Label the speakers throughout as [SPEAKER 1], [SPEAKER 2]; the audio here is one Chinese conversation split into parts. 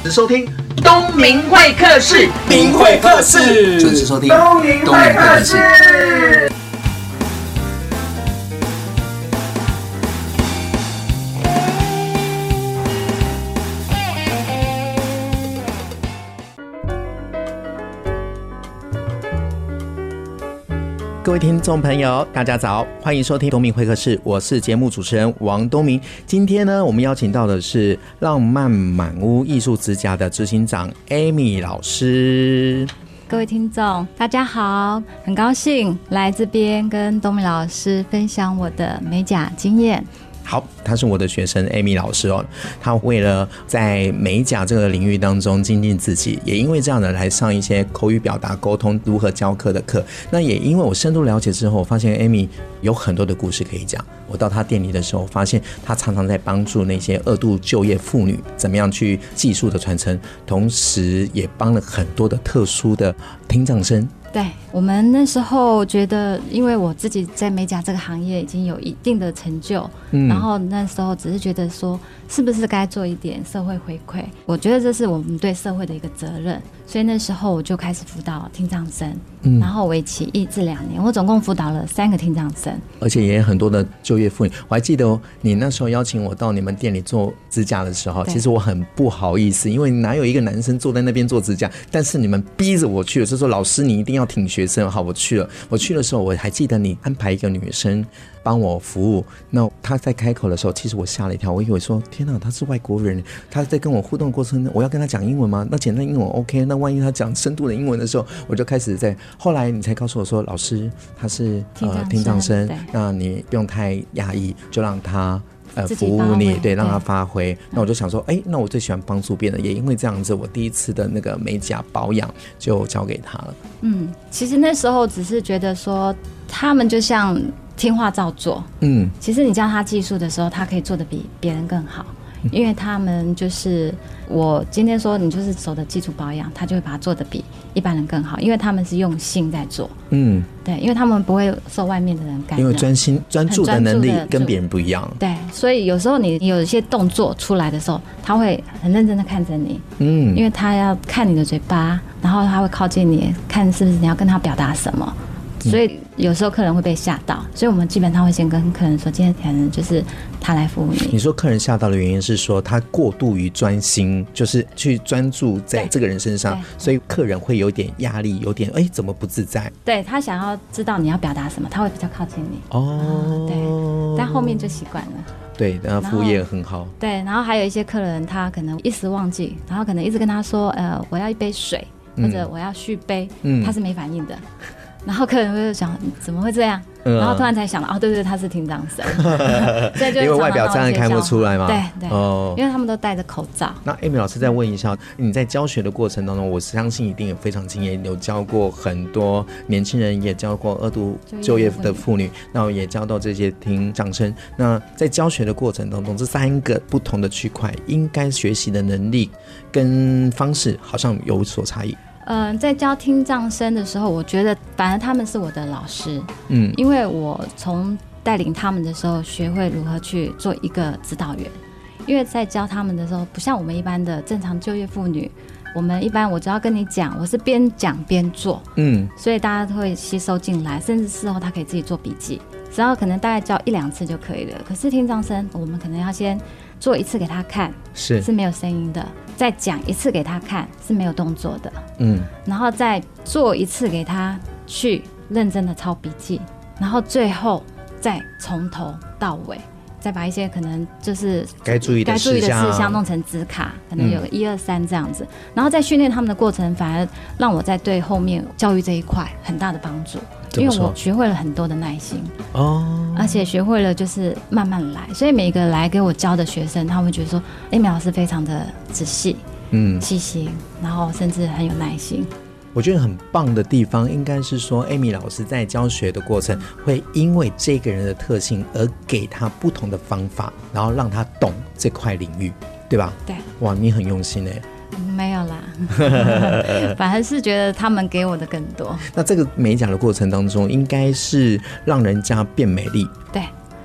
[SPEAKER 1] 时收听东明会客室，
[SPEAKER 2] 明会客室，
[SPEAKER 1] 准时收听
[SPEAKER 2] 东明会客室。
[SPEAKER 1] 各位听众朋友大家早，欢迎收听东明会客室，我是节目主持人王东明。今天呢，我们邀请到的是浪漫满屋艺术之家的执行长 Amy 老师。
[SPEAKER 3] 各位听众大家好，很高兴来这边跟东明老师分享我的美甲经验。
[SPEAKER 1] 好，他是我的学生 Amy 老师哦。他为了在美甲这个领域当中精进自己，也因为这样的来上一些口语表达沟通如何教课的课。那也因为我深度了解之后，我发现 Amy 有很多的故事可以讲。我到他店里的时候，发现他常常在帮助那些二度就业妇女怎么样去技术的传承，同时也帮了很多的特殊的听障生。
[SPEAKER 3] 对，我们那时候觉得，因为我自己在美甲这个行业已经有一定的成就，然后那时候只是觉得说，是不是该做一点社会回馈？我觉得这是我们对社会的一个责任，所以那时候我就开始辅导听障生，然后为期1至2年，我总共辅导了3个听障生，
[SPEAKER 1] 而且也有很多的就业妇女。我还记得你那时候邀请我到你们店里做指甲的时候，其实我很不好意思，因为哪有一个男生坐在那边做指甲，但是你们逼着我去了，就说老师你一定要挺学生。好，我去了。我去的时候，我还记得你安排一个女生帮我服务。那她在开口的时候，其实我吓了一跳，我以为说天哪，她是外国人，她在跟我互动的过程中，我要跟她讲英文吗？那简单英文 OK， 那万一她讲深度的英文的时候，我就开始在。后来你才告诉我说，老师她是听障生，那你不用太压抑，就让她服务你，对，让他发挥。那我就想说，那我最喜欢帮助别人，也因为这样子，我第一次的那个美甲保养就交给他了。
[SPEAKER 3] 其实那时候只是觉得说，他们就像听话照做。其实你教他技术的时候，他可以做得比别人更好。因为他们就是我今天说你就是手的基础保养，他就会把它做得比一般人更好，因为他们是用心在做。对，因为他们不会受外面的人干扰，
[SPEAKER 1] 因为专注的能力跟别人不一样。
[SPEAKER 3] 对，所以有时候你有一些动作出来的时候，他会很认真的看着你，因为他要看你的嘴巴，然后他会靠近你，看是不是你要跟他表达什么。所以有时候客人会被吓到，所以我们基本上会先跟客人说，今天可能就是他来服务你。
[SPEAKER 1] 你说客人吓到的原因是说他过度于专心，就是去专注在这个人身上，所以客人会有点压力，有点怎么不自在？
[SPEAKER 3] 对，他想要知道你要表达什么，他会比较靠近你。对，但后面就习惯了。
[SPEAKER 1] 对，然后服务业很好。
[SPEAKER 3] 对，然后还有一些客人他可能一时忘记，然后可能一直跟他说我要一杯水，或者我要续杯，他是没反应的。然后客人会想怎么会这样，然后突然才想到对，他是听障生。所以就
[SPEAKER 1] 因为外表这样看不出来嘛。
[SPEAKER 3] 对，因为他们都戴着口罩。
[SPEAKER 1] 那 Amy 老师再问一下，你在教学的过程当中，我相信一定有非常经验，有教过很多年轻人，也教过二度就业的妇女，那也教到这些听障生。那在教学的过程当中，这3个不同的区块应该学习的能力跟方式好像有所差异。
[SPEAKER 3] 在教听障生的时候，我觉得反而他们是我的老师，因为我从带领他们的时候，学会如何去做一个指导员。因为在教他们的时候，不像我们一般的正常就业妇女，我们一般我只要跟你讲，我是边讲边做，所以大家都会吸收进来，甚至事后他可以自己做笔记，只要可能大概教1、2次就可以了。可是听障生，我们可能要先做1次给他看，是没有声音的，再讲1次给他看，是没有动作的，然后再做1次给他去认真的抄笔记，然后最后再从头到尾再把一些可能就是
[SPEAKER 1] 该注意的事项
[SPEAKER 3] 弄成纸卡，可能有个1、2、3这样子，然后在训练他们的过程，反而让我在对后面教育这一块很大的帮助，因为我学会了很多的耐心而且学会了就是慢慢来，所以每一个来给我教的学生，他们会觉得说Amy老师非常的仔细、细心，然后甚至很有耐心。
[SPEAKER 1] 我觉得很棒的地方应该是说 Amy 老师在教学的过程会因为这个人的特性而给他不同的方法，然后让他懂这块领域，对吧？
[SPEAKER 3] 对。
[SPEAKER 1] 哇，你很用心耶。
[SPEAKER 3] 没有啦反而是觉得他们给我的更多。
[SPEAKER 1] 那这个美甲的过程当中应该是让人家变美丽。
[SPEAKER 3] 对，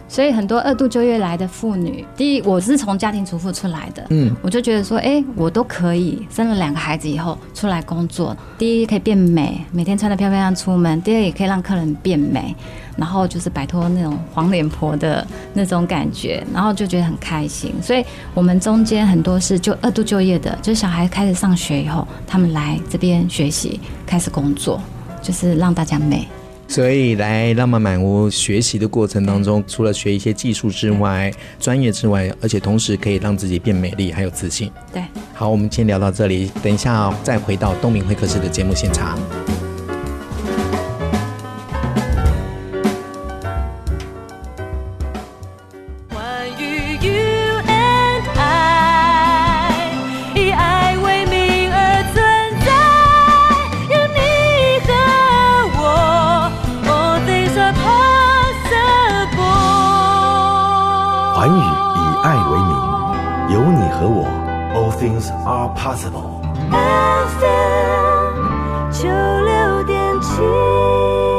[SPEAKER 3] 所以很多2度就业来的妇女，第一，我是从家庭主妇出来的，我就觉得说，我都可以生了2个孩子以后出来工作。第一，可以变美，每天穿得漂漂亮亮出门；第二，也可以让客人变美，然后就是摆脱那种黄脸婆的那种感觉，然后就觉得很开心。所以我们中间很多是就2度就业的，就是小孩开始上学以后，他们来这边学习，开始工作，就是让大家美。
[SPEAKER 1] 所以来浪漫满屋学习的过程当中，除了学一些技术之外、专业之外，而且同时可以让自己变美丽还有自信。
[SPEAKER 3] 对，
[SPEAKER 1] 好，我们先聊到这里，等一下再回到东明会客室的节目现场。
[SPEAKER 4] 寰宇以爱为名，有你和我 All things are possible。
[SPEAKER 5] FM 96.7。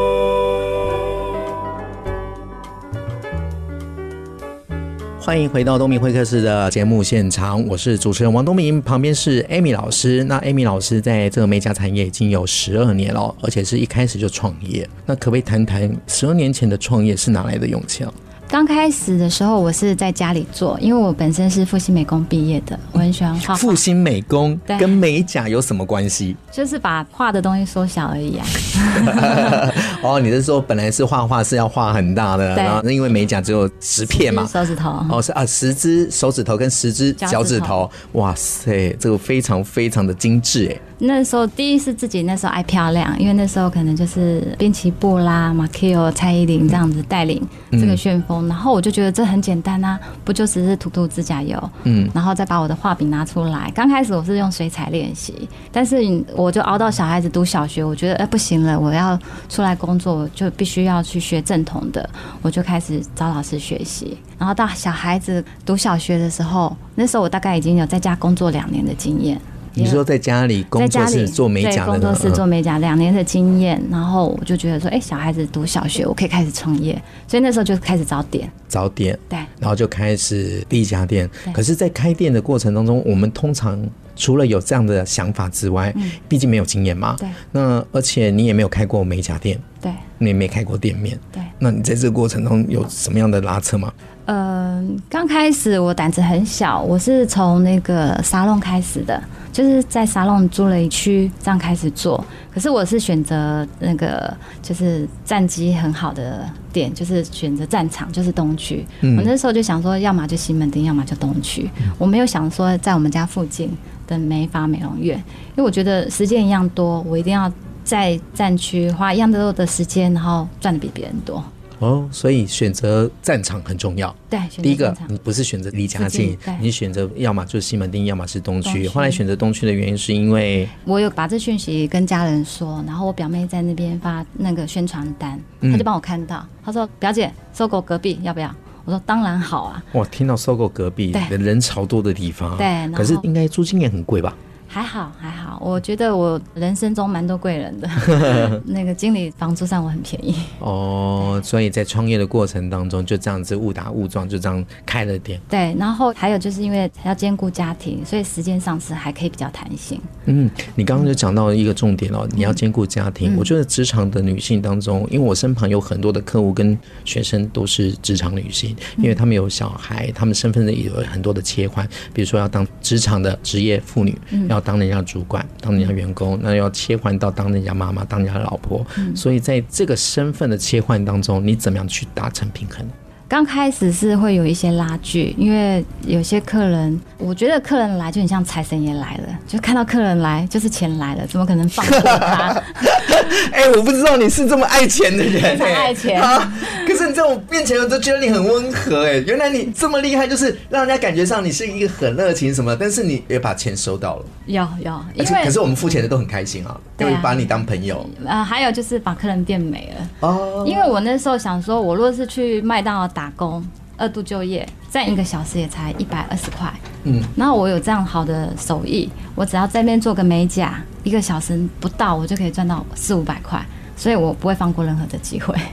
[SPEAKER 1] 欢迎回到东明会客室的节目现场，我是主持人王东明，旁边是 Amy 老师。那 Amy 老师在这个美甲产业已经有12年了，而且是一开始就创业。那可不可以谈谈12年前的创业是哪来的勇气啊？
[SPEAKER 3] 刚开始的时候，我是在家里做，因为我本身是复兴美工毕业的，我很喜欢画画。
[SPEAKER 1] 复兴美工跟美甲有什么关系？就是
[SPEAKER 3] 把画的东西缩小而已啊。
[SPEAKER 1] 哦，你是说本来是画画是要画很大的，然后因为美甲只有10片嘛，
[SPEAKER 3] 手指头。
[SPEAKER 1] 哦，是啊，10只手指头跟10只脚趾头。哇塞，这个非常非常的精致哎。
[SPEAKER 3] 那时候第一是自己那时候爱漂亮，因为那时候可能就是滨崎步啦、马 Q、蔡依林这样子带领这个旋风，然后我就觉得这很简单啊，不就只是涂指甲油，然后再把我的画笔拿出来。刚开始我是用水彩练习，但是我就熬到小孩子读小学，我觉得不行了，我要出来工作，我就必须要去学正统的，我就开始找老师学习。然后到小孩子读小学的时候，那时候我大概已经有在家工作2年的经验。
[SPEAKER 1] 你说在家里工作室做美甲的，
[SPEAKER 3] 工作室做美甲2年的经验，然后我就觉得说，小孩子读小学，我可以开始创业，所以那时候就开始找点，
[SPEAKER 1] 对，然后就开始第一家店。可是，在开店的过程当中，我们通常除了有这样的想法之外，毕竟没有经验嘛，对，那而且你也没有开过美甲店，对，你也没开过店面，对，那你在这个过程中有什么样的拉扯吗？
[SPEAKER 3] 刚开始我胆子很小，我是从那个沙龙开始的，就是在沙龙租了一区，这样开始做。可是我是选择那个就是战绩很好的店，就是选择战场，就是东区。我那时候就想说，要么就西门町，要么就东区。我没有想说在我们家附近的美发美容院，因为我觉得时间一样多，我一定要在战区花一样多的时间，然后赚的比别人多。
[SPEAKER 1] 哦，所以选择战场很重要。
[SPEAKER 3] 对，
[SPEAKER 1] 第一个你不是选择离家近，你选择要么就是西门町，要么是东区。后来选择东区的原因是因为
[SPEAKER 3] 我有把这讯息跟家人说，然后我表妹在那边发那个宣传单，她就帮我看到，她说表姐，搜狗隔壁要不要？我说当然好啊。
[SPEAKER 1] 哇，听到搜狗隔壁的人潮多的地方，
[SPEAKER 3] 对，
[SPEAKER 1] 可是应该租金也很贵吧？
[SPEAKER 3] 还好，我觉得我人生中蛮多贵人的。那个经理房租上我很便宜
[SPEAKER 1] 哦，所以在创业的过程当中就这样子误打误撞就这样开了店。
[SPEAKER 3] 对，然后还有就是因为要兼顾家庭，所以时间上是还可以比较弹性。
[SPEAKER 1] 你刚刚就讲到一个重点哦，你要兼顾家庭。我觉得职场的女性当中，因为我身旁有很多的客户跟学生都是职场女性，因为他们有小孩，他们身份也有很多的切换，比如说要当职场的职业妇女，要当人家主管，当人家员工，那要切换到当人家妈妈，当人家老婆，所以在这个身份的切换当中，你怎么样去达成平衡？
[SPEAKER 3] 刚开始是会有一些拉锯，因为有些客人，我觉得客人来就很像财神爷来了，就看到客人来就是钱来了，怎么可能放过他？
[SPEAKER 1] 我不知道你是这么爱钱的人，
[SPEAKER 3] 非常爱钱。
[SPEAKER 1] 可是你在我面前，我都觉得你很温和，原来你这么厉害，就是让人家感觉上你是一个很热情什么，但是你也把钱收到了。有，而且可是我们付钱的都很开心啊，对，把你当朋友。
[SPEAKER 3] 还有就是把客人变美了哦，因为我那时候想说，我若是去麦当劳打工，2度就业，站1个小时也才120块。然后我有这样好的手艺，我只要在那边做个美甲，1个小时不到，我就可以赚到400-500块，所以我不会放过任何的机会。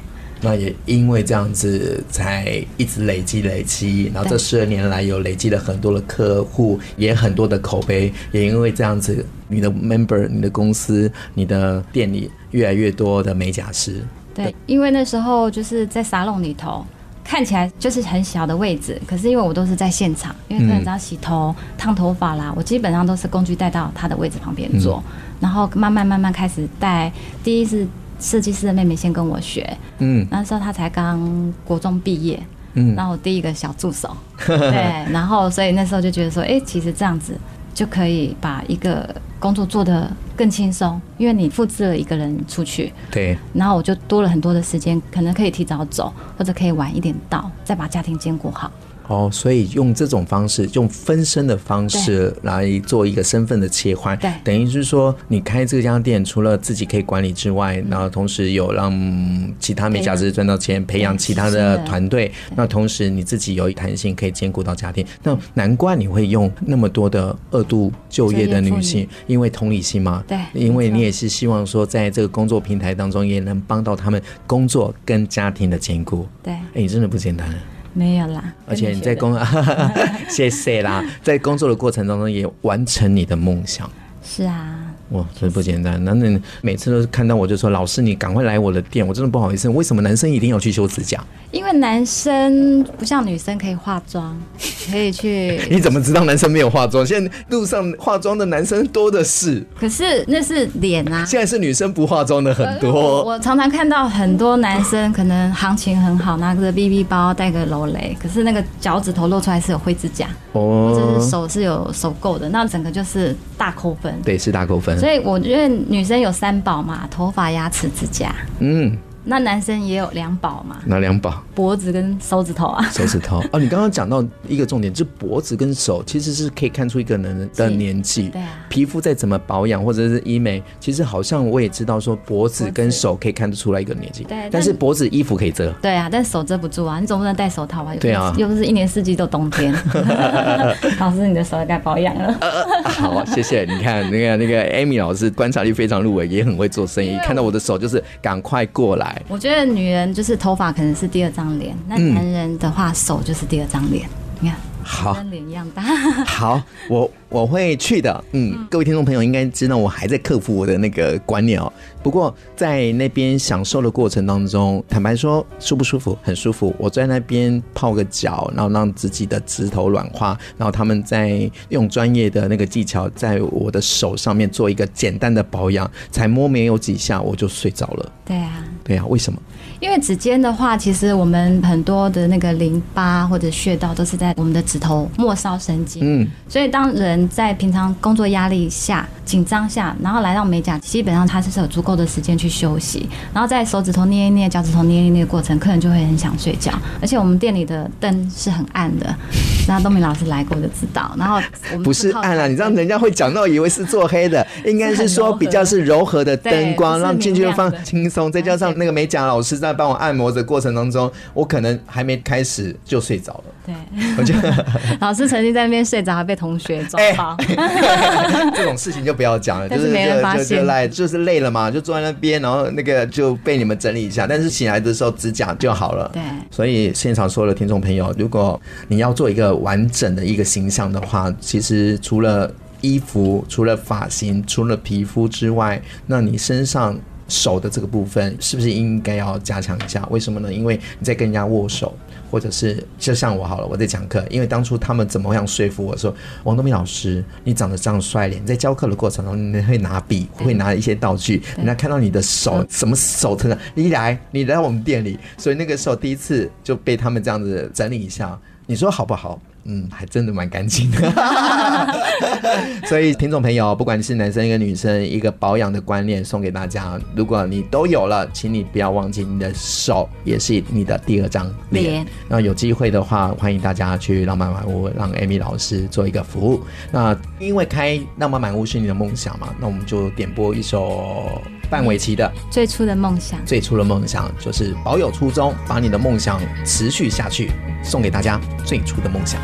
[SPEAKER 1] 那也因为这样子才一直累积，然后这12年来有累积了很多的客户，也很多的口碑，也因为这样子你的 member 你的公司你的店里越来越多的美甲师。
[SPEAKER 3] 对，因为那时候就是在沙龙里头看起来就是很小的位置，可是因为我都是在现场，因为客人只要洗头、烫头发啦，我基本上都是工具带到他的位置旁边做，然后慢慢开始带。第一是设计师的妹妹先跟我学，那时候她才刚国中毕业，然后我第一个小助手，对，然后所以那时候就觉得说，其实这样子就可以把一个工作做得更轻松，因为你复制了一个人出去，
[SPEAKER 1] 对，
[SPEAKER 3] 然后我就多了很多的时间，可能可以提早走，或者可以晚一点到，再把家庭兼顾好。
[SPEAKER 1] 所以用这种方式，用分身的方式来做一个身份的切换，
[SPEAKER 3] 对，
[SPEAKER 1] 等于是说你开这家店，除了自己可以管理之外，然后同时有让其他美甲师赚到钱，培养其他的团队，那同时你自己有弹性，可以兼顾到家庭。那难怪你会用那么多的2度就业的女性，因为同理心嘛，
[SPEAKER 3] 对，
[SPEAKER 1] 因为你也是希望说，在这个工作平台当中，也能帮到他们工作跟家庭的兼顾。
[SPEAKER 3] 对，
[SPEAKER 1] 你真的不简单。
[SPEAKER 3] 没有啦，
[SPEAKER 1] 而且你在谢谢啦，在工作的过程当中也完成你的梦想。
[SPEAKER 3] 是啊，
[SPEAKER 1] 哇，真的不简单。那你每次都看到我就说，老师你赶快来我的店，我真的不好意思。为什么男生一定要去修指甲？
[SPEAKER 3] 因为男生不像女生可以化妆，可以去。
[SPEAKER 1] 你怎么知道男生没有化妆？现在路上化妆的男生多的是。
[SPEAKER 3] 可是那是脸啊。
[SPEAKER 1] 现在是女生不化妆的很多。
[SPEAKER 3] 我常常看到很多男生可能行情很好，拿个 BB 包，带个柔雷，可是那个脚趾头露出来是有灰指甲，或者是手是有手垢的，那整个就是大扣分。
[SPEAKER 1] 对，是大扣分。
[SPEAKER 3] 所以我觉得女生有3宝嘛，头发、牙齿、指甲。那男生也有2宝嘛？
[SPEAKER 1] 哪2宝？
[SPEAKER 3] 脖子跟手指头啊。
[SPEAKER 1] 手指头你刚刚讲到一个重点，就是脖子跟手其实是可以看出一个人的年纪。
[SPEAKER 3] 对啊。
[SPEAKER 1] 皮肤再怎么保养或者是医美，其实好像我也知道说脖子跟手可以看得出来一个年纪。对。但是脖子衣服可以遮。
[SPEAKER 3] 对啊，但手遮不住啊，你总不能戴手套啊。
[SPEAKER 1] 对啊。
[SPEAKER 3] 又不是1年4季都冬天。老师，你的手该保养了。
[SPEAKER 1] 好，谢谢。你看那个 Amy 老师观察力非常入微，也很会做生意。看到我的手就是赶快过来。
[SPEAKER 3] 我觉得女人就是头发可能是第2张脸，那男人的话手就是第2张脸。你看，
[SPEAKER 1] 好，
[SPEAKER 3] 跟脸一样大。
[SPEAKER 1] 好，我会去的。各位听众朋友应该知道，我还在克服我的那个观念哦。不过在那边享受的过程当中，坦白说舒不舒服？很舒服。我在那边泡个脚，然后让自己的指头软化，然后他们在用专业的那个技巧，在我的手上面做一个简单的保养，才摸没有几下我就睡着了。对啊，为什么？
[SPEAKER 3] 因为指尖的话，其实我们很多的那个淋巴或者穴道都是在我们的指头末梢神经。所以当人在平常工作压力下、紧张下，然后来到美甲，基本上他是有足够的时间去休息，然后在手指头捏一捏、脚趾头捏一捏的过程，客人就会很想睡觉。而且我们店里的灯是很暗的，那东明老师来过就知道。然后我们
[SPEAKER 1] 不是暗啊，你知道人家会讲到以为是做黑的，应该是说比较是柔和的灯光，让进去放轻松，再加上那个美甲老师在帮我按摩的过程当中，我可能还没开始就睡着了。
[SPEAKER 3] 对，我觉得老师曾经在那边睡着，还被同学抓包。
[SPEAKER 1] 这种事情就不要讲了，
[SPEAKER 3] 但是没人发现，
[SPEAKER 1] 就是累了嘛，就坐在那边，然后那个就被你们整理一下，但是醒来的时候指甲就好了。
[SPEAKER 3] 对，
[SPEAKER 1] 所以现场所有的听众朋友，如果你要做一个完整的一个形象的话，其实除了衣服、除了发型、除了皮肤之外，那你身上手的这个部分是不是应该要加强一下？为什么呢？因为你在跟人家握手，或者是就像我好了，我在讲课，因为当初他们怎么样说服我说，王东明老师，你长得这样帅脸，你在教课的过程中，你会拿笔，会拿一些道具，人家看到你的手，什么手特你来我们店里，所以那个时候第一次就被他们这样子整理一下，你说好不好？还真的蛮干净的。所以听众朋友，不管你是男生跟女生，一个保养的观念送给大家，如果你都有了，请你不要忘记你的手也是你的第2张脸。那有机会的话，欢迎大家去浪漫满屋，让 Amy 老师做一个服务。那因为开浪漫满屋是你的梦想嘛，那我们就点播一首范玮琪的
[SPEAKER 3] 最初的梦想。
[SPEAKER 1] 最初的梦想就是保有初衷，把你的梦想持续下去，送给大家最初的梦想。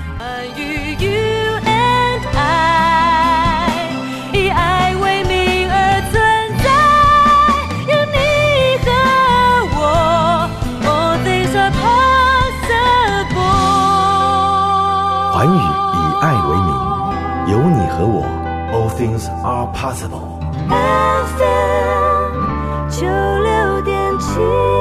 [SPEAKER 5] You and I 以爱为名而存在，有你和我
[SPEAKER 4] 寰宇以爱为名，有你和我 All things are possible。
[SPEAKER 5] FM 96.7。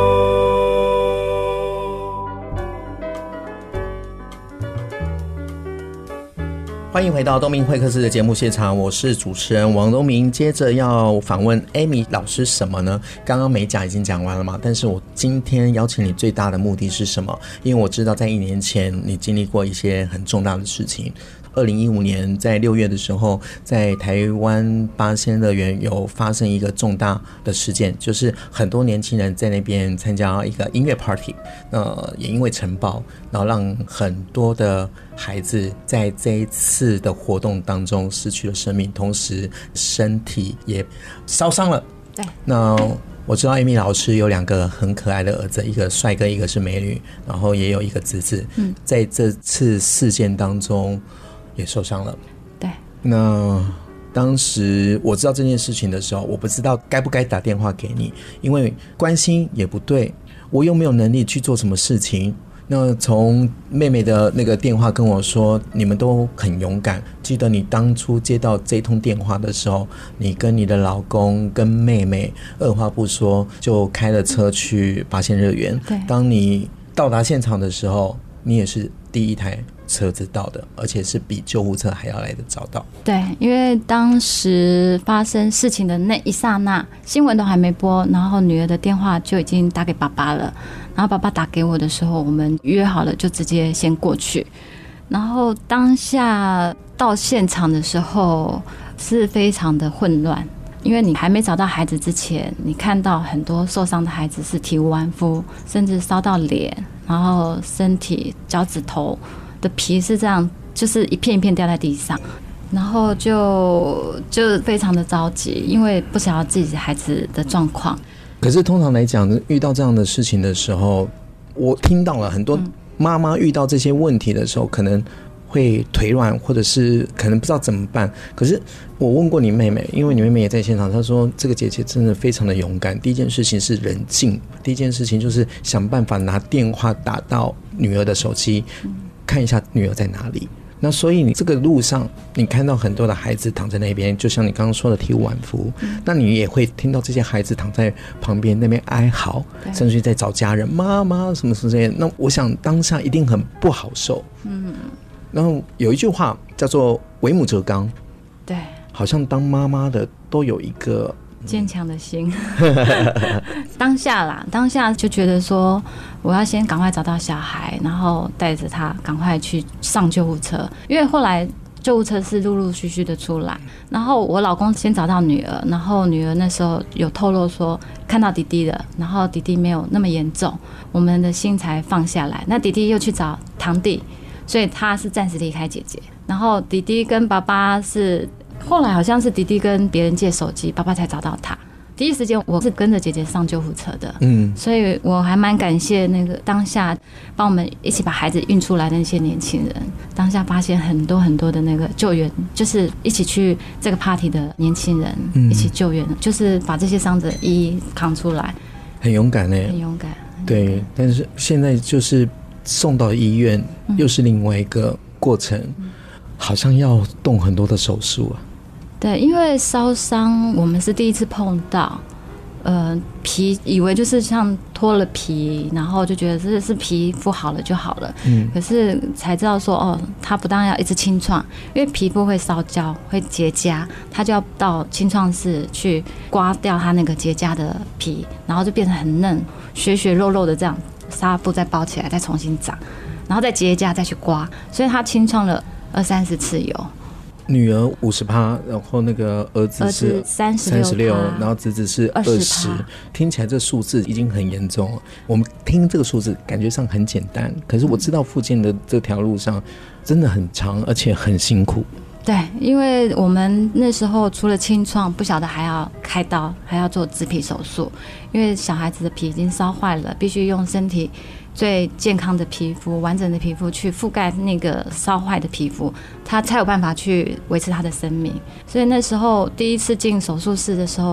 [SPEAKER 1] 欢迎回到东明会客室的节目现场，我是主持人王东明。接着要访问 Amy 老师什么呢？刚刚美甲已经讲完了嘛，但是我今天邀请你最大的目的是什么？因为我知道在1年前你经历过一些很重大的事情。2015年在6月的时候，在台湾八仙乐园有发生一个重大的事件，就是很多年轻人在那边参加一个音乐 party， 也因为尘爆，然后让很多的孩子在这一次的活动当中失去了生命，同时身体也烧伤了。
[SPEAKER 3] 对，
[SPEAKER 1] 那我知道 Amy 老师有2个很可爱的儿子，一个帅哥，一个是美女，然后也有一个侄子。在这次事件当中也受伤了。
[SPEAKER 3] 对，
[SPEAKER 1] 那当时我知道这件事情的时候，我不知道该不该打电话给你，因为关心也不对，我又没有能力去做什么事情。那从妹妹的那个电话跟我说，你们都很勇敢。记得你当初接到这通电话的时候，你跟你的老公跟妹妹二话不说就开了车去八仙乐园。
[SPEAKER 3] 对，
[SPEAKER 1] 当你到达现场的时候，你也是第一台车子到的，而且是比救护车还要来得早到。
[SPEAKER 3] 对，因为当时发生事情的那一刹那，新闻都还没播，然后女儿的电话就已经打给爸爸了，然后爸爸打给我的时候，我们约好了就直接先过去，然后当下到现场的时候是非常的混乱，因为你还没找到孩子之前，你看到很多受伤的孩子是体无完肤，甚至烧到脸，然后身体脚趾头的皮是这样，就是一片一片掉在地上，然后就非常的着急，因为不晓得自己孩子的状况。
[SPEAKER 1] 可是通常来讲，遇到这样的事情的时候，我听到了很多妈妈遇到这些问题的时候，可能会腿软，或者是可能不知道怎么办。可是我问过你妹妹，因为你妹妹也在现场，她说这个姐姐真的非常的勇敢。第一件事情是冷静，第一件事情就是想办法拿电话打到女儿的手机，看一下女儿在哪里。那所以你这个路上，你看到很多的孩子躺在那边，就像你刚刚说的体无完肤，那你也会听到这些孩子躺在旁边那边哀嚎，甚至在找家人，妈妈什么之类的。那我想当下一定很不好受。然后有一句话叫做“为母则刚”，
[SPEAKER 3] 对，
[SPEAKER 1] 好像当妈妈的都有一个
[SPEAKER 3] 坚强的心。当下就觉得说，我要先赶快找到小孩，然后带着他赶快去上救护车，因为后来救护车是陆陆续续的出来，然后我老公先找到女儿，然后女儿那时候有透露说看到弟弟了，然后弟弟没有那么严重，我们的心才放下来。那弟弟又去找堂弟，所以他是暂时离开姐姐，然后弟弟跟爸爸是后来好像是弟弟跟别人借手机，爸爸才找到他。第一时间我是跟着姐姐上救护车的，所以我还蛮感谢那个当下帮我们一起把孩子运出来的那些年轻人。当下发现很多很多的那个救援，就是一起去这个 party 的年轻人，一起救援，就是把这些伤者一一扛出来，
[SPEAKER 1] 很勇敢欸，
[SPEAKER 3] 很勇敢。
[SPEAKER 1] 对，但是现在就是送到医院，又是另外一个过程，好像要动很多的手术啊。
[SPEAKER 3] 对，因为烧伤我们是第一次碰到，皮以为就是像脱了皮，然后就觉得这是皮肤好了就好了，可是才知道说哦，它不但要一直清创，因为皮肤会烧焦会结痂，它就要到清创室去刮掉它那个结痂的皮，然后就变成很嫩血血肉肉的这样，纱布再包起来再重新长，然后再结痂再去刮，所以它清创了20-30次有。
[SPEAKER 1] 女儿50%，然后那个儿子是36%，然后侄子是20%，听起来这数字已经很严重了。我们听这个数字感觉上很简单，可是我知道附近的这条路上真的很长，而且很辛苦。
[SPEAKER 3] 对，因为我们那时候除了清创，不晓得还要开刀，还要做植皮手术，因为小孩子的皮已经烧坏了，必须用身体最健康的皮肤、完整的皮肤去覆盖那个烧坏的皮肤，他才有办法去维持他的生命。所以那时候第一次进手术室的时候，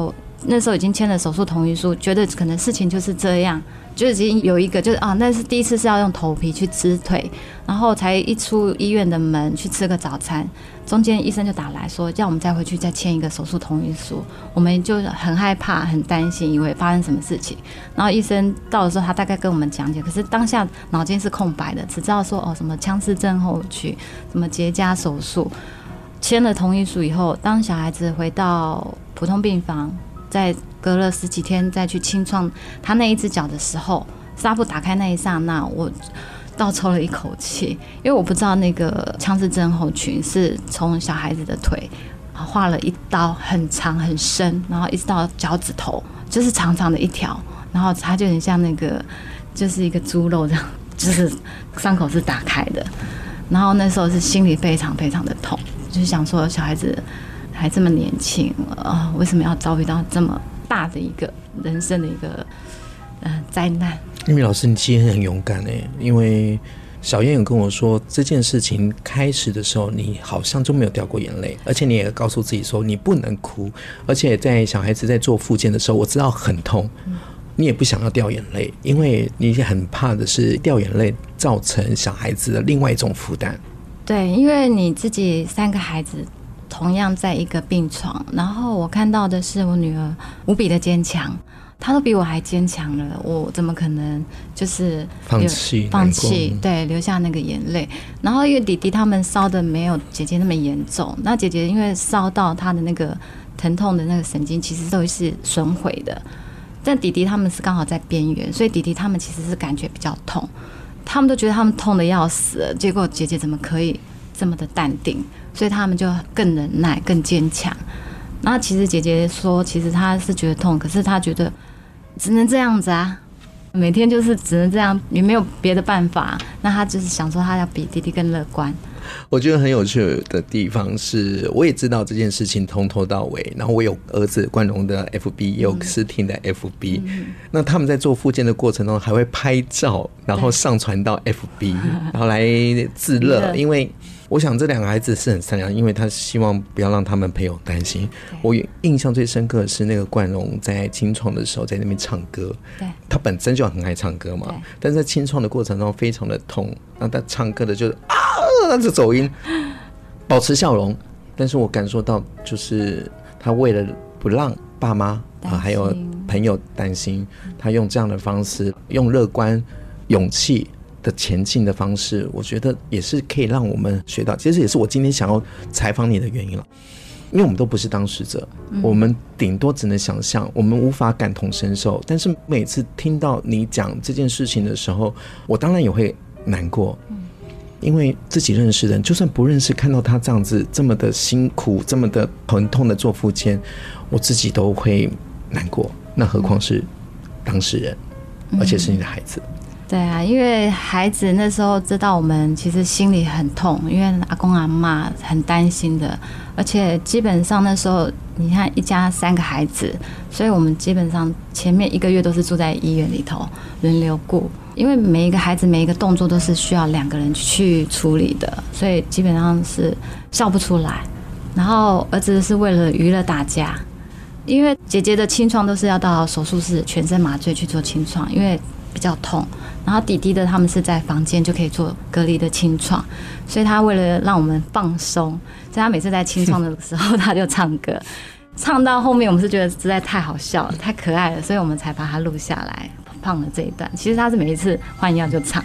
[SPEAKER 3] 那时候已经签了手术同意书，觉得可能事情就是这样，就已经有一个就是那是第一次是要用头皮去支腿，然后才一出医院的门去吃个早餐，中间医生就打来说叫我们再回去再签一个手术同意书，我们就很害怕很担心，以为发生什么事情。然后医生到的时候他大概跟我们讲解，可是当下脑筋是空白的，只知道说什么腔室症候群，什么结痂手术。签了同意书以后，当小孩子回到普通病房，在隔了10几天再去清创他那一只脚的时候，纱布打开那一刹那，我倒抽了一口气，因为我不知道那个腔室症候群是从小孩子的腿划了一刀很长很深，然后一直到脚趾头，就是长长的一条，然后它就很像那个就是一个猪肉这样，就是伤口是打开的。然后那时候是心里非常非常的痛，就是想说小孩子还这么年轻为什么要遭遇到这么大的一个人生的一个灾难？
[SPEAKER 1] 因为老师你其实很勇敢因为小燕有跟我说这件事情开始的时候你好像就没有掉过眼泪，而且你也告诉自己说你不能哭，而且在小孩子在做复健的时候我知道很痛，你也不想要掉眼泪，因为你很怕的是掉眼泪造成小孩子的另外一种负担。
[SPEAKER 3] 对，因为你自己3个孩子同样在一个病床，然后我看到的是我女儿无比的坚强，她都比我还坚强了，我怎么可能就是放弃对，留下那个眼泪。然后因为弟弟他们烧的没有姐姐那么严重，那姐姐因为烧到她的那个疼痛的那个神经其实都是损毁的，但弟弟他们是刚好在边缘，所以弟弟他们其实是感觉比较痛，他们都觉得他们痛得要死了，结果姐姐怎么可以这么的淡定，所以他们就更忍耐更坚强。然后其实姐姐说其实她是觉得痛，可是她觉得只能这样子啊，每天就是只能这样，也没有别的办法，那她就是想说她要比弟弟更乐观。
[SPEAKER 1] 我觉得很有趣的地方是我也知道这件事情从头到尾，然后我有儿子冠荣的 FB 也有诗婷的 FB，那他们在做复健的过程中还会拍照然后上传到 FB 然后来自乐，因为我想这2个孩子是很善良，因为他希望不要让他们朋友担心。我印象最深刻的是那个冠荣在清创的时候在那边唱歌，他本身就很爱唱歌嘛，但是在清创的过程中非常的痛，那他唱歌的就是那就走音，保持笑容，但是我感受到就是他为了不让爸妈还有朋友担心，他用这样的方式，用乐观勇气的前进的方式，我觉得也是可以让我们学到，其实也是我今天想要采访你的原因了。因为我们都不是当事者，我们顶多只能想象，我们无法感同身受，但是每次听到你讲这件事情的时候，我当然也会难过，因为自己认识的人就算不认识，看到他这样子这么的辛苦这么的疼痛的做复健，我自己都会难过，那何况是当事人，而且是你的孩子。
[SPEAKER 3] 对啊，因为孩子那时候知道我们其实心里很痛，因为阿公阿嬷很担心的，而且基本上那时候你看一家3个孩子，所以我们基本上前面1个月都是住在医院里头轮流顾，因为每一个孩子每一个动作都是需要2个人去处理的，所以基本上是笑不出来。然后儿子是为了娱乐大家，因为姐姐的清创都是要到手术室全身麻醉去做清创，因为比较痛，然后弟弟的他们是在房间就可以做隔离的清创，所以他为了让我们放松，所以他每次在清创的时候他就唱歌，唱到后面我们是觉得实在太好笑了太可爱了，所以我们才把它录下来放了这一段。其实他是每一次换药就唱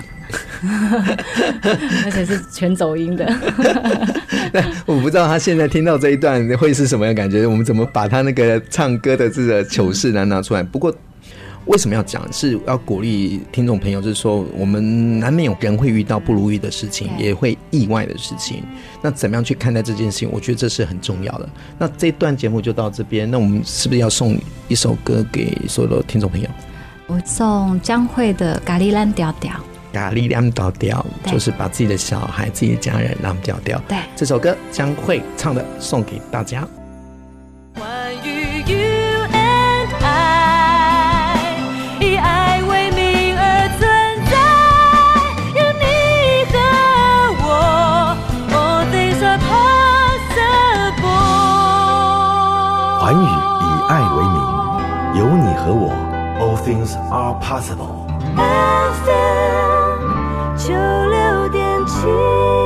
[SPEAKER 3] 而且是全走音的
[SPEAKER 1] 我不知道他现在听到这一段会是什么样的感觉，我们怎么把他那个唱歌的这个糗事拿出来。不过为什么要讲，是要鼓励听众朋友，就是说我们难免有人会遇到不如意的事情，也会意外的事情，那怎么样去看待这件事情，我觉得这是很重要的。那这段节目就到这边，那我们是不是要送一首歌给所有的听众朋友？
[SPEAKER 3] 我送江蕙的《咖喱烂调调》。
[SPEAKER 1] 咖喱烂调调就是把自己的小孩自己的家人烂调调，对，这首歌江蕙唱的，送给大家。
[SPEAKER 5] 关于 you and I， 以爱为名而存在，有你和我 all things are possible。
[SPEAKER 4] 寰宇以爱为名， 和我 All things are possible。
[SPEAKER 5] FM 96.7。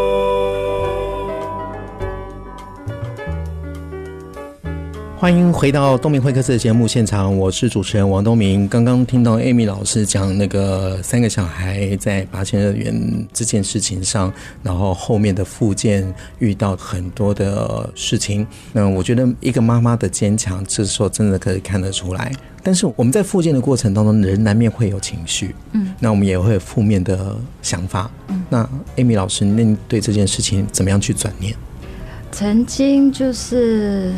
[SPEAKER 1] 欢迎回到东明会客室的节目现场，我是主持人王东明。刚刚听到 Amy 老师讲那个3个小孩在八仙乐园这件事情上，然后后面的复健遇到很多的事情，那我觉得一个妈妈的坚强这时候真的可以看得出来。但是我们在复健的过程当中，人难免会有情绪，那我们也会有负面的想法，那 Amy 老师，那你对这件事情怎么样去转念？
[SPEAKER 3] 曾经就是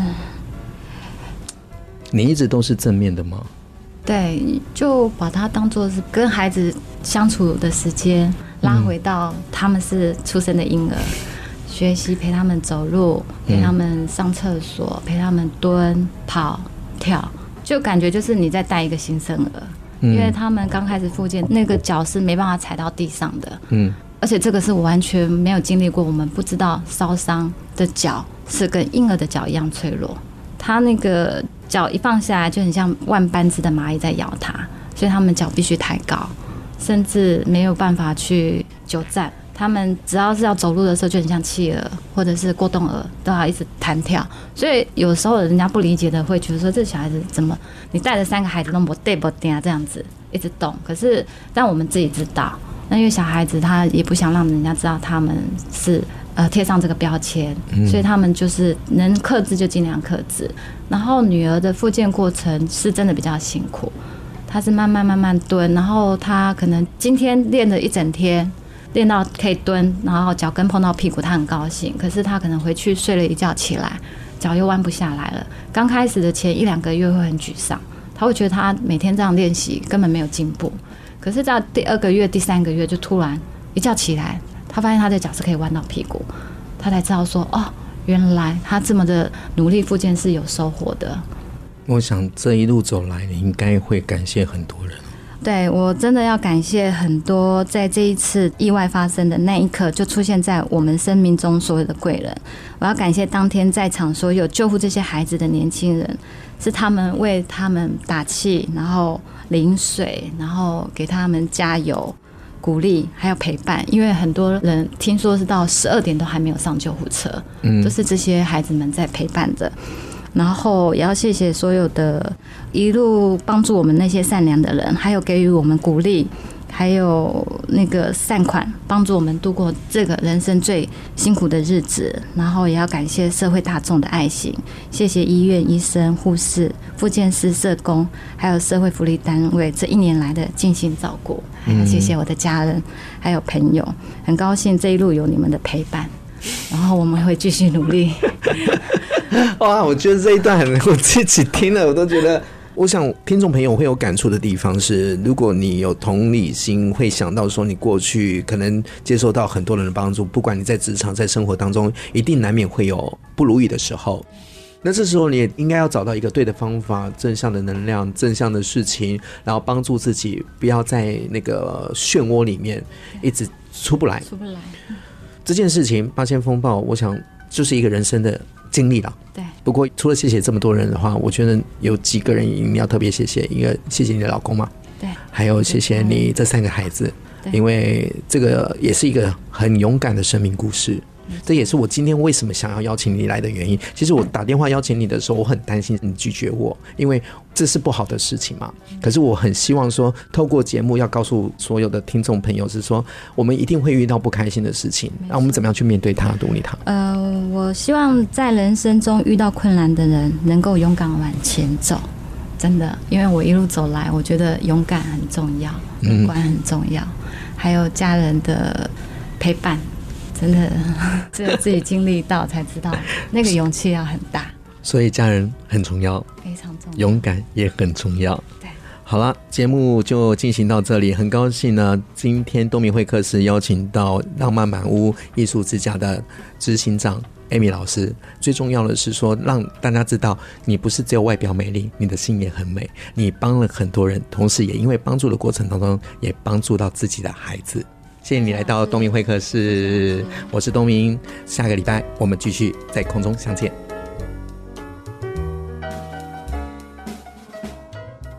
[SPEAKER 1] 你一直都是正面的吗？
[SPEAKER 3] 对，就把它当作是跟孩子相处的时间，拉回到他们是出生的婴儿，学习陪他们走路，陪他们上厕所，陪他们蹲、跑、跳，就感觉就是你在带一个新生儿，因为他们刚开始复健，那个脚是没办法踩到地上的，而且这个是我完全没有经历过，我们不知道烧伤的脚是跟婴儿的脚一样脆弱，他那个脚一放下来就很像万般只的蚂蚁在咬它，所以他们脚必须抬高，甚至没有办法去久站。他们只要是要走路的时候，就很像企鹅或者是过动儿，都要一直弹跳。所以有时候人家不理解的会觉得说，这小孩子怎么你带着3个孩子都不对不对这样子一直动。可是但我们自己知道，那因为小孩子他也不想让人家知道他们是贴上这个标签，所以他们就是能克制就尽量克制。然后女儿的复健过程是真的比较辛苦，她是慢慢蹲，然后她可能今天练了一整天，练到可以蹲，然后脚跟碰到屁股，她很高兴。可是她可能回去睡了一觉起来，脚又弯不下来了。刚开始的前1-2个月会很沮丧，她会觉得她每天这样练习根本没有进步。可是到第2个月、第3个月，就突然一觉起来，她发现她的脚是可以弯到屁股，她才知道说哦，原来她这么的努力复健是有收获的。
[SPEAKER 1] 我想这一路走来，你应该会感谢很多人。
[SPEAKER 3] 对，我真的要感谢很多在这一次意外发生的那一刻就出现在我们生命中所有的贵人。我要感谢当天在场所有救护这些孩子的年轻人，是他们为他们打气，然后淋水，然后给他们加油鼓励还有陪伴。因为很多人听说是到12点都还没有上救护车，都是这些孩子们在陪伴着。然后也要谢谢所有的一路帮助我们那些善良的人，还有给予我们鼓励，还有那个善款帮助我们度过这个人生最辛苦的日子。然后也要感谢社会大众的爱心，谢谢医院医生、护士、复健师、社工，还有社会福利单位这1年来的尽心照顾。还有谢谢我的家人还有朋友，很高兴这一路有你们的陪伴，然后我们会继续努力。
[SPEAKER 1] 哇，我觉得这一段我自己听了我都觉得，我想听众朋友会有感触的地方是，如果你有同理心，会想到说你过去可能接受到很多人的帮助，不管你在职场在生活当中，一定难免会有不如意的时候，那这时候你也应该要找到一个对的方法，正向的能量，正向的事情，然后帮助自己不要在那个漩涡里面一直出不来。这件事情八仙风暴，我想就是一个人生的经历了。
[SPEAKER 3] 对。
[SPEAKER 1] 不过除了谢谢这么多人的话，我觉得有几个人一定要特别谢谢。一个谢谢你的老公嘛，
[SPEAKER 3] 对。
[SPEAKER 1] 还有谢谢你这3个孩子，因为这个也是一个很勇敢的生命故事。这也是我今天为什么想要邀请你来的原因。其实我打电话邀请你的时候，我很担心你拒绝我，因为这是不好的事情嘛。可是我很希望说，透过节目要告诉所有的听众朋友，是说我们一定会遇到不开心的事情，那我们怎么样去面对它、独立它？
[SPEAKER 3] 我希望在人生中遇到困难的人能够勇敢往前走，真的，因为我一路走来，我觉得勇敢很重要，乐观很重要，还有家人的陪伴。真的只有自己经历到才知道那个勇气要很大，
[SPEAKER 1] 所以家人很重要，
[SPEAKER 3] 非常重要，
[SPEAKER 1] 勇敢也很重要。
[SPEAKER 3] 对，
[SPEAKER 1] 好了，节目就进行到这里，很高兴呢，今天东明会客室邀请到浪漫满屋艺术之家的执行长 Amy 老师。最重要的是说，让大家知道你不是只有外表美丽，你的心也很美，你帮了很多人，同时也因为帮助的过程当中也帮助到自己的孩子。谢谢你来到东明会客室，我是东明，下个礼拜我们继续在空中相见。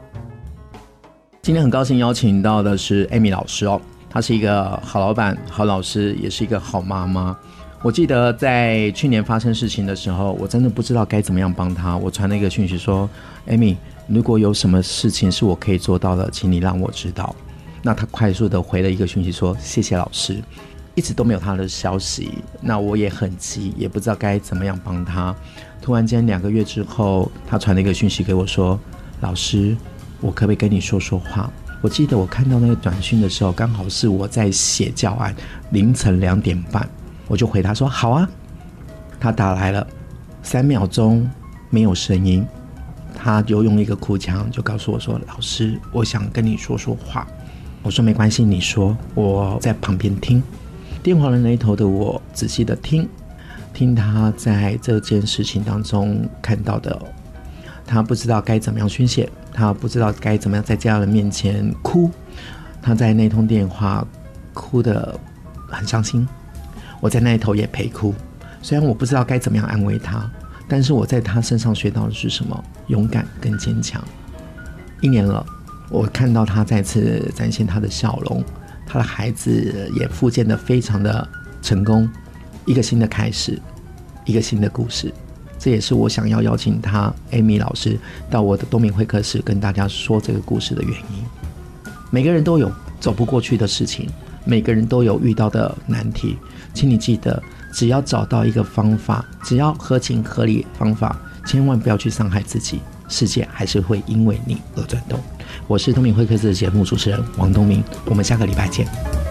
[SPEAKER 1] 今天很高兴邀请到的是 Amy 老师哦，她是一个好老板、好老师，也是一个好妈妈。我记得在去年发生事情的时候，我真的不知道该怎么样帮她。我传了一个讯息说 ：“Amy， 如果有什么事情是我可以做到的，请你让我知道。”那她快速的回了一个讯息说：“谢谢老师。”一直都没有她的消息，那我也很急，也不知道该怎么样帮她。突然间2个月之后，她传了一个讯息给我说：“老师，我可不可以跟你说说话？”我记得我看到那个短讯的时候，刚好是我在写教案，凌晨2点半，我就回他说好啊。他打来了，3秒钟没有声音，他就用一个哭腔就告诉我说：“老师，我想跟你说说话。”我说没关系，你说，我在旁边听。电话的那一头的我仔细的听他在这件事情当中看到的，他不知道该怎么样宣泄，他不知道该怎么样在家人面前哭，他在那通电话哭得很伤心，我在那一头也陪哭。虽然我不知道该怎么样安慰他，但是我在他身上学到的是什么？勇敢跟坚强。1年了，我看到他再次展现他的笑容，他的孩子也复健得非常的成功，一个新的开始，一个新的故事。这也是我想要邀请他 Amy 老师到我的东明会客室跟大家说这个故事的原因。每个人都有走不过去的事情，每个人都有遇到的难题，请你记得，只要找到一个方法，只要合情合理方法，千万不要去伤害自己，世界还是会因为你而转动。我是东明会客室的节目主持人王东明，我们下个礼拜见。